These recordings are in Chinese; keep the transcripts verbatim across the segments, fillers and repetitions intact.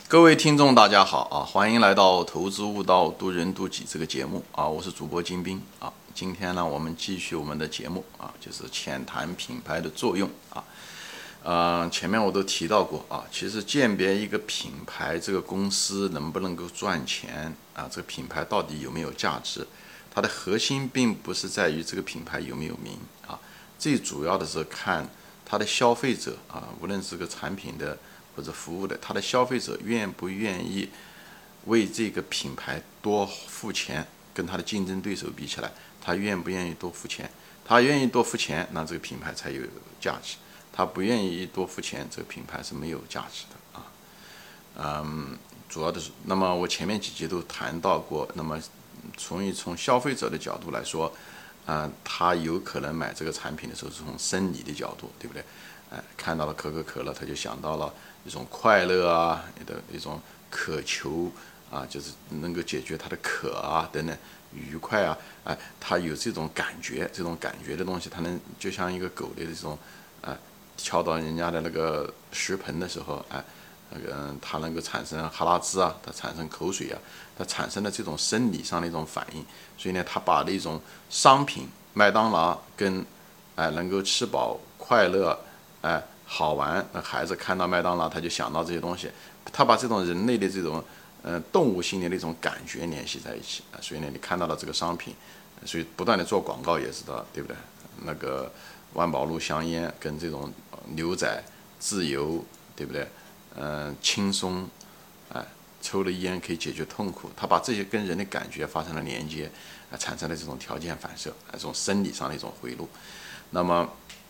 各位听众，大家好啊！欢迎来到《投资悟道，渡人渡己》这个节目啊！我是主播金兵啊。今天呢，我们继续我们的节目啊，就是浅谈品牌的作用啊。呃，前面我都提到过啊，其实鉴别一个品牌，这个公司能不能够赚钱啊，这个品牌到底有没有价值，它的核心并不是在于这个品牌有没有名啊，最主要的是看它的消费者啊，无论是个产品的或者服务的，他的消费者愿不愿意为这个品牌多付钱，跟他的竞争对手比起来，他愿不愿意多付钱？他愿意多付钱，那这个品牌才有价值；他不愿意多付钱，这个品牌是没有价值的啊。嗯，主要的是，那么我前面几集都谈到过，那么从一从消费者的角度来说，啊、呃，他有可能买这个产品的时候是从生理的角度，对不对？哎、呃，看到了可口可乐，他就想到了一种快乐啊，的一种渴求啊，就是能够解决他的渴啊等等，愉快啊，哎、呃，他有这种感觉，这种感觉的东西，他能就像一个狗的这种，啊、呃，敲到人家的那个食盆的时候，哎、呃。那个它能够产生哈喇子啊，它产生口水啊，它产生了这种生理上的一种反应，所以呢，它把那种商品麦当劳跟哎、呃、能够吃饱快乐哎、呃、好玩，那孩子看到麦当劳他就想到这些东西，他把这种人类的这种呃动物心理的一种感觉联系在一起啊，所以呢，你看到了这个商品，所以不断的做广告也知道，对不对？那个万宝路香烟跟这种牛仔自由，对不对？嗯、呃，轻松，哎、呃，抽了烟可以解决痛苦，他把这些跟人的感觉发生了连接，啊、呃，产生了这种条件反射，啊、呃，这种生理上的一种回路。那么，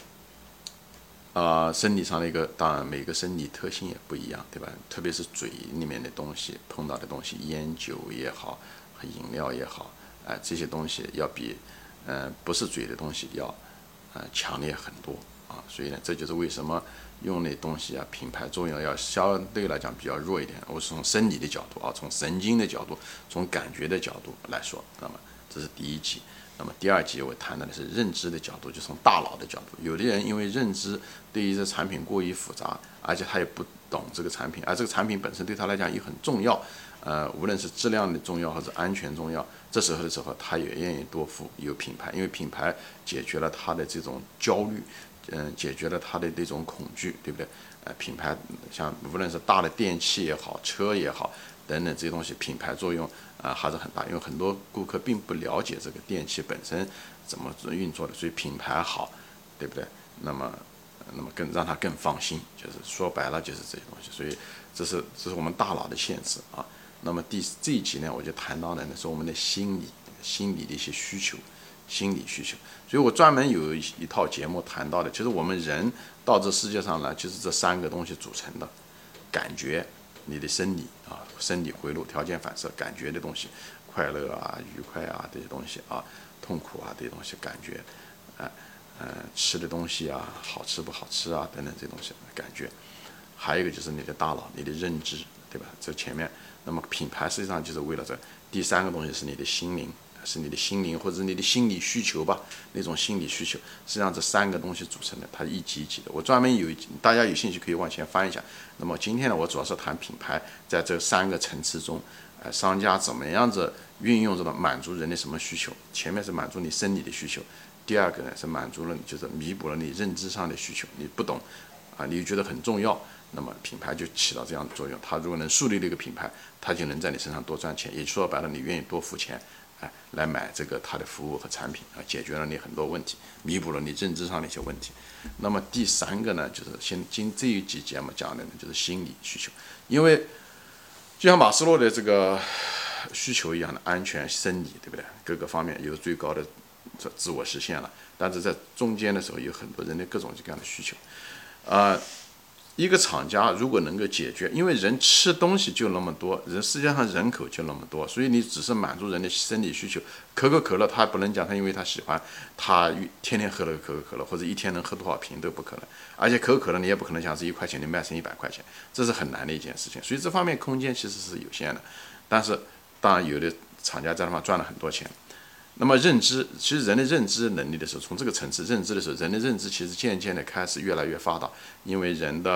啊、呃，生理上的一个，当然每个生理特性也不一样，对吧？特别是嘴里面的东西，碰到的东西，烟酒也好，和饮料也好，啊、呃，这些东西要比，呃，不是嘴的东西要，呃，强烈很多啊。所以呢，这就是为什么。用的东西啊，品牌作用要相对来讲比较弱一点。我是从生理的角度啊，从神经的角度，从感觉的角度来说。那么这是第一集。那么第二集我谈的是认知的角度，就从大脑的角度。有的人因为认知对于这产品过于复杂，而且他也不懂这个产品，而这个产品本身对他来讲也很重要。呃，无论是质量的重要或者安全重要，这时候的时候他也愿意多付有品牌，因为品牌解决了他的这种焦虑。嗯，解决了他的那种恐惧，对不对？呃，品牌像无论是大的电器也好，车也好，等等这些东西，品牌作用啊、呃、还是很大。因为很多顾客并不了解这个电器本身怎么运作的，所以品牌好，对不对？那么，那么更让他更放心，就是说白了就是这些东西。所以这是这是我们大脑的限制啊。那么第这一集呢，我就谈到了呢是我们的心理心理的一些需求。心理需求，所以我专门有一套节目谈到的，其实我们人到这世界上来，就是这三个东西组成的：感觉、你的生理啊，生理回路、条件反射，感觉的东西，快乐啊、愉快啊这些东西啊，痛苦啊这些东西，感觉，啊、呃，呃，吃的东西啊，好吃不好吃啊等等这些东西，感觉。还有一个就是你的大脑，你的认知，对吧？这前面，那么品牌实际上就是为了这。第三个东西是你的心灵。是你的心灵或者你的心理需求吧，那种心理需求，实际上这三个东西组成的，它一级一级的。我专门有，大家有兴趣可以往前翻一下。那么今天呢，我主要是谈品牌在这三个层次中，呃，商家怎么样子运用这种满足人的什么需求？前面是满足你生理的需求，第二个呢是满足了就是弥补了你认知上的需求，你不懂啊，你觉得很重要。那么品牌就起到这样的作用，它如果能树立这个品牌，它就能在你身上多赚钱，也说白了，你愿意多付钱。哎，来买这个它的服务和产品啊，解决了你很多问题，弥补了你认知上的一些问题。那么第三个呢，就是先经这一集节目讲的呢，就是心理需求，因为就像马斯洛的这个需求一样的，安全、生理，对不对？各个方面有最高的自我实现了，但是在中间的时候，有很多人的各种各样的需求，啊、呃。一个厂家如果能够解决，因为人吃东西就那么多，人世界上人口就那么多，所以你只是满足人的生理需求。可口可乐，他不能讲他因为他喜欢，他天天喝了个可口可乐，或者一天能喝多少瓶都不可能。而且可口可乐你也不可能讲是一块钱你卖成一百块钱，这是很难的一件事情。所以这方面空间其实是有限的。但是当然有的厂家在那方赚了很多钱。那么认知，其实人的认知能力的时候，从这个层次认知的时候，人的认知其实渐渐的开始越来越发达，因为人的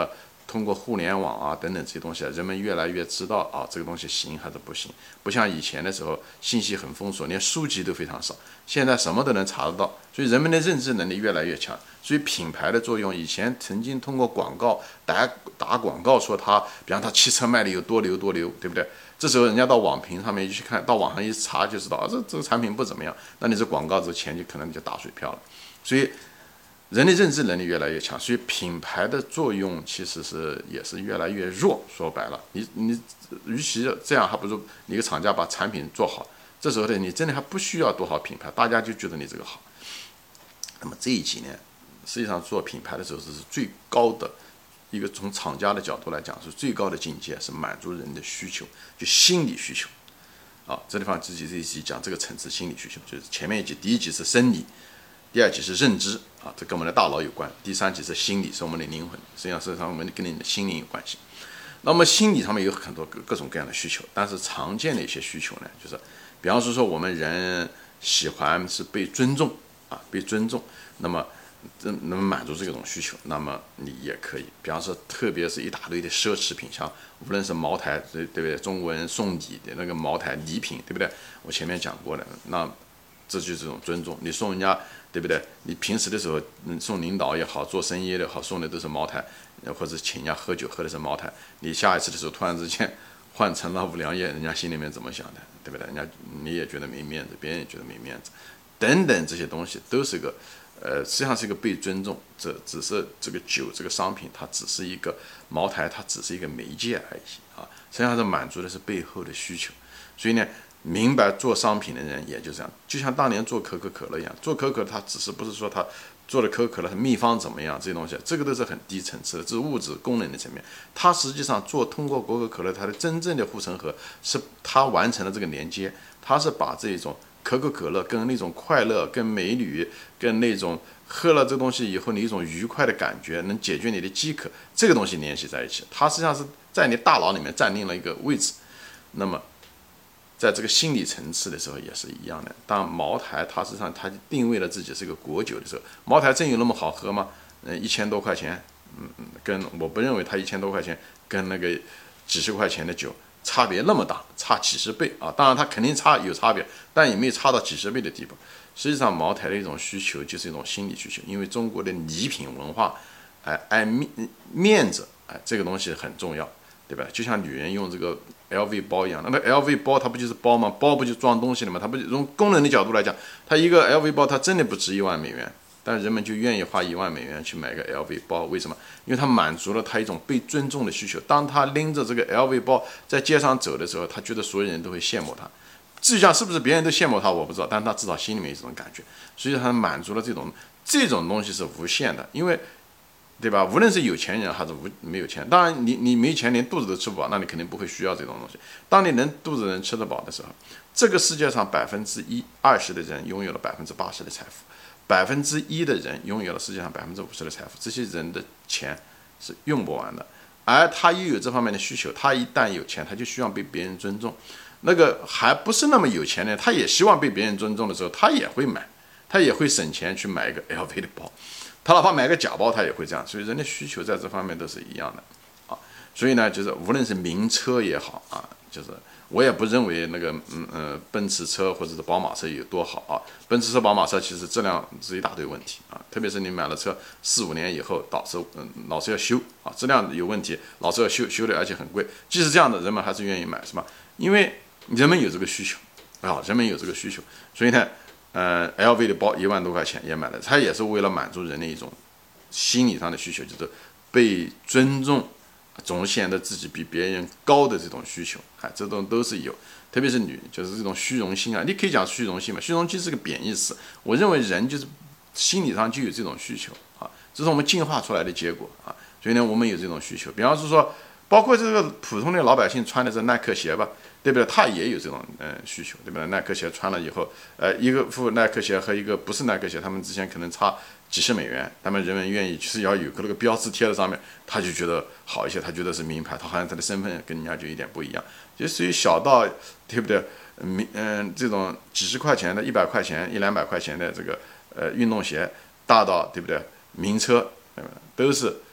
通过互联网啊等等这些东西，人们越来越知道啊这个东西行还是不行。不像以前的时候，信息很封锁，连书籍都非常少，现在什么都能查得到，所以人们的认知能力越来越强。所以品牌的作用，以前曾经通过广告打打广告说它，比方它汽车卖的有多牛多牛，对不对？这时候人家到网评上面一去看，到网上一查就知道，啊、这这个产品不怎么样，那你这广告这钱就可能就打水漂了。所以人的认知能力越来越强，所以品牌的作用其实是也是越来越弱。说白了，你你与其这样，还不如你一个厂家把产品做好。这时候呢，你真的还不需要多少品牌，大家就觉得你这个好。那么这一几年，实际上做品牌的时候，这是最高的一个从厂家的角度来讲，是最高的境界，是满足人的需求，就心理需求。啊，这地方自己这一集讲这个层次心理需求，就是前面一集，第一集是生理。第二级是认知啊，这跟我们的大脑有关。第三级是心理，是我们的灵魂，实际上实际上我们跟你的心灵有关系。那么心理上面有很多各各种各样的需求，但是常见的一些需求呢，就是比方说说我们人喜欢是被尊重啊，被尊重，那么那么满足这种需求，那么你也可以。比方说，特别是一大堆的奢侈品，像无论是茅台，对对不对？中国人送礼的那个茅台礼品，对不对？我前面讲过的，那这就是这种尊重，你送人家。对不对？你平时的时候，嗯，送领导也好，做生意也好，送的都是茅台，或者请人家喝酒喝的是茅台。你下一次的时候，突然之间换成了五粮液，人家心里面怎么想的？对不对？人家你也觉得没面子，别人也觉得没面子，等等这些东西都是个，呃，实际上是一个被尊重。这只是这个酒这个商品，它只是一个茅台，它只是一个媒介而已啊。实际上是满足的是背后的需求，所以呢。明白做商品的人也就这样，就像当年做可口可乐一样，做可口可乐它只是不是说它做的可口可乐它秘方怎么样这些东西，这个都是很低层次的，这是物质功能的层面。它实际上做通过可口可乐它的真正的护城河是它完成了这个连接，它是把这种可口可乐跟那种快乐、跟美女、跟那种喝了这东西以后你一种愉快的感觉，能解决你的饥渴，这个东西联系在一起，它实际上是在你大脑里面占领了一个位置。那么在这个心理层次的时候也是一样的。当茅台它实际上它定位了自己是个国酒的时候，茅台真有那么好喝吗？嗯，一千多块钱，嗯，跟我不认为它一千多块钱跟那个几十块钱的酒差别那么大，差几十倍啊！当然它肯定差有差别，但也没有差到几十倍的地步。实际上茅台的一种需求就是一种心理需求，因为中国的礼品文化，哎，爱面面子，哎，这个东西很重要。对吧？就像女人用这个 L V 包一样，那个 L V 包它不就是包吗？包不就装东西了吗？它不从功能的角度来讲，它一个 L V 包它真的不值一万美元，但人们就愿意花一万美元去买个 L V 包，为什么？因为它满足了他一种被尊重的需求。当他拎着这个 L V 包在街上走的时候，他觉得所有人都会羡慕他。至于讲是不是别人都羡慕他，我不知道，但他至少心里面有这种感觉，所以他满足了这种这种东西是无限的，因为。对吧？无论是有钱人还是无没有钱，当然你你没钱连肚子都吃不饱，那你肯定不会需要这种东西。当你能肚子能吃得饱的时候，这个世界上百分之一二十的人拥有了百分之八十的财富，百分之一的人拥有了世界上百分之五十的财富。这些人的钱是用不完的，而他又有这方面的需求，他一旦有钱，他就希望被别人尊重。那个还不是那么有钱的，他也希望被别人尊重的时候，他也会买，他也会省钱去买一个 L V 的包。他哪怕买个假包，他也会这样，所以人的需求在这方面都是一样的，啊，所以呢，就是无论是名车也好啊，就是我也不认为那个嗯呃奔驰车或者是宝马车有多好啊，奔驰车、宝马车其实质量是一大堆问题啊，特别是你买了车四五年以后，导致嗯老是要修啊，质量有问题，老是要修，修的而且很贵，即使这样的人们还是愿意买，是吧？因为人们有这个需求啊，人们有这个需求，所以呢。呃 ，L V 的包一万多块钱也买了，它也是为了满足人的一种心理上的需求，就是被尊重，总显得自己比别人高的这种需求，哎，这种都是有，特别是女，就是这种虚荣心啊，你可以讲虚荣心嘛，虚荣心是个贬义词，我认为人就是心理上就有这种需求啊，这是我们进化出来的结果啊，所以呢，我们有这种需求，比方说，包括这个普通的老百姓穿的这耐克鞋吧。对不对？他也有这种嗯需求，对不对？耐克鞋穿了以后，呃，一个副耐克鞋和一个不是耐克鞋，他们之间可能差几十美元，他们人们愿意就是要有个那个标志贴在上面，他就觉得好一些，他觉得是名牌，他好像他的身份跟人家就有点不一样。就属于小到对不对？名嗯这种几十块钱的、一百块钱、一两百块钱的这个呃运动鞋，大到对不对？名车，呃，都是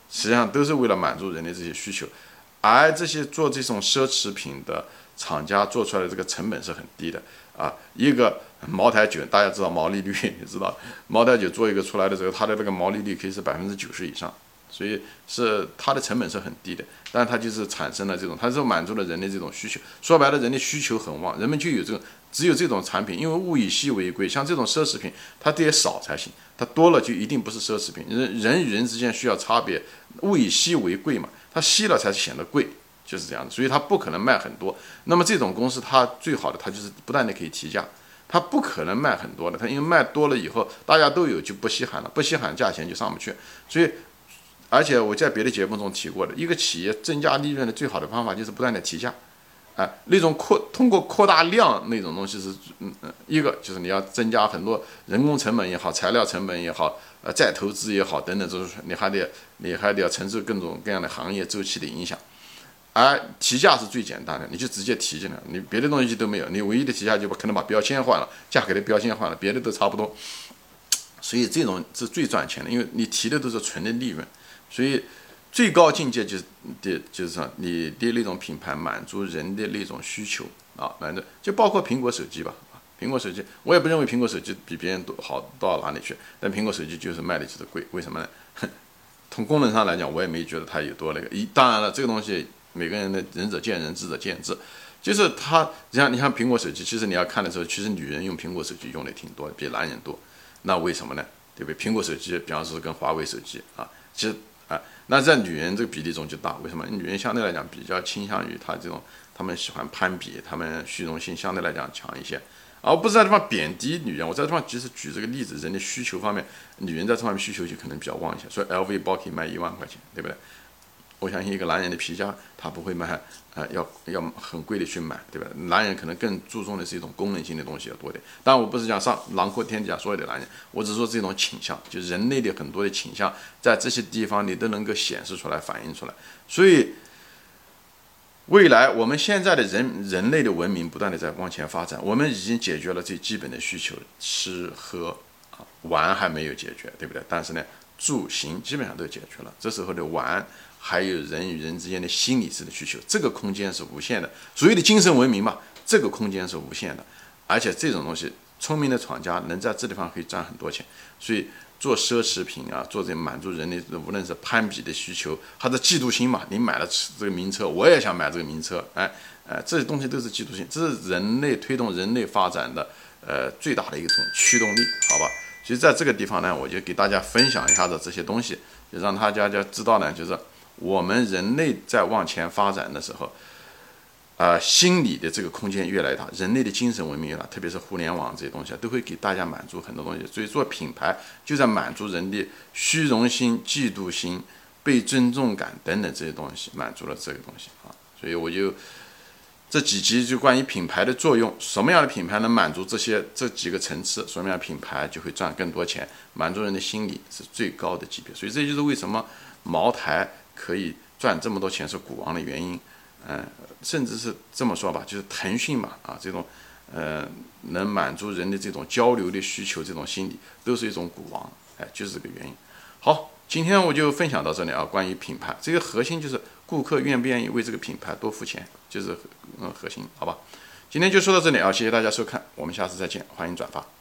实际上都是为了满足人的这些需求。而这些做这种奢侈品的厂家做出来的这个成本是很低的啊，一个茅台酒大家知道毛利率，你知道茅台酒做一个出来的时候，它的这个毛利率可以是百分之九十以上，所以是它的成本是很低的，但是它就是产生了这种，它是满足了人的这种需求。说白了，人的需求很旺，人们就有这种，只有这种产品，因为物以稀为贵，像这种奢侈品，它得少才行，它多了就一定不是奢侈品。人人与人之间需要差别，物以稀为贵嘛。它稀了才显得贵，就是这样的，所以它不可能卖很多。那么这种公司它最好的，它就是不断的可以提价，它不可能卖很多的，它因为卖多了以后大家都有就不稀罕了，不稀罕价钱就上不去。所以，而且我在别的节目中提过的，一个企业增加利润的最好的方法就是不断的提价，啊，那种扩通过扩大量那种东西是，嗯嗯，一个就是你要增加很多人工成本也好，材料成本也好。呃，再投资也好，等等，就是你还得你还得要承受各种各样的行业周期的影响，而提价是最简单的，你就直接提进来，你别的东西都没有，你唯一的提价就可能把标签换了，价格的标签换了，别的都差不多，所以这种是最赚钱的，因为你提的都是纯的利润，所以最高境界就是的，就是说你的那种品牌满足人的那种需求啊，反正就包括苹果手机吧。苹果手机，我也不认为苹果手机比别人都好到哪里去，但苹果手机就是卖的就是贵，为什么呢？从功能上来讲，我也没觉得它有多那个。一当然了，这个东西每个人的仁者见仁，智者见智。就是它，你像你像苹果手机，其实你要看的时候，其实女人用苹果手机用的挺多，比男人多。那为什么呢？对不对？苹果手机，比方说跟华为手机啊，其实啊，那在女人这个比例中就大。为什么？女人相对来讲比较倾向于她这种，她们喜欢攀比，她们虚荣心相对来讲强一些。而不是在这地方贬低女人，我在这地方只是举这个例子，人的需求方面，女人在这方面需求就可能比较旺一些。所以 L V 包可以卖一万块钱，对不对？我相信一个男人的皮夹，他不会卖，呃，要要很贵的去买，对吧？男人可能更注重的是一种功能性的东西要多点。当然，我不是讲上囊括天底下所有的男人，我只是说这种倾向，就是人类的很多的倾向，在这些地方你都能够显示出来、反映出来。所以。未来我们现在的人人类的文明不断的在往前发展，我们已经解决了最基本的需求，吃喝啊玩还没有解决，对不对？但是呢，住行基本上都解决了。这时候的玩，还有人与人之间的心理式的需求，这个空间是无限的。所谓的精神文明嘛，这个空间是无限的，而且这种东西，聪明的厂家能在这地方可以赚很多钱，所以。做奢侈品啊，做这满足人的无论是攀比的需求，还是嫉妒心嘛。你买了这个名车，我也想买这个名车，哎，哎，这些东西都是嫉妒心，这是人类推动人类发展的呃最大的一种驱动力，好吧？所以在这个地方呢，我就给大家分享一下子这些东西，就让大家就知道呢，就是我们人类在往前发展的时候。啊、呃，心理的这个空间越来越大，人类的精神文明越大，特别是互联网这些东西，都会给大家满足很多东西。所以做品牌就在满足人的虚荣心、嫉妒心、被尊重感等等这些东西，满足了这个东西啊。所以我就这几集就关于品牌的作用，什么样的品牌能满足这些这几个层次，什么样的品牌就会赚更多钱，满足人的心理是最高的级别。所以这就是为什么茅台可以赚这么多钱是股王的原因。嗯、呃，甚至是这么说吧，就是腾讯嘛，啊，这种，呃，能满足人的这种交流的需求，这种心理，都是一种股王，哎，就是这个原因。好，今天我就分享到这里啊，关于品牌，这个核心就是顾客愿不愿意为这个品牌多付钱，就是嗯核心，好吧？今天就说到这里啊，谢谢大家收看，我们下次再见，欢迎转发。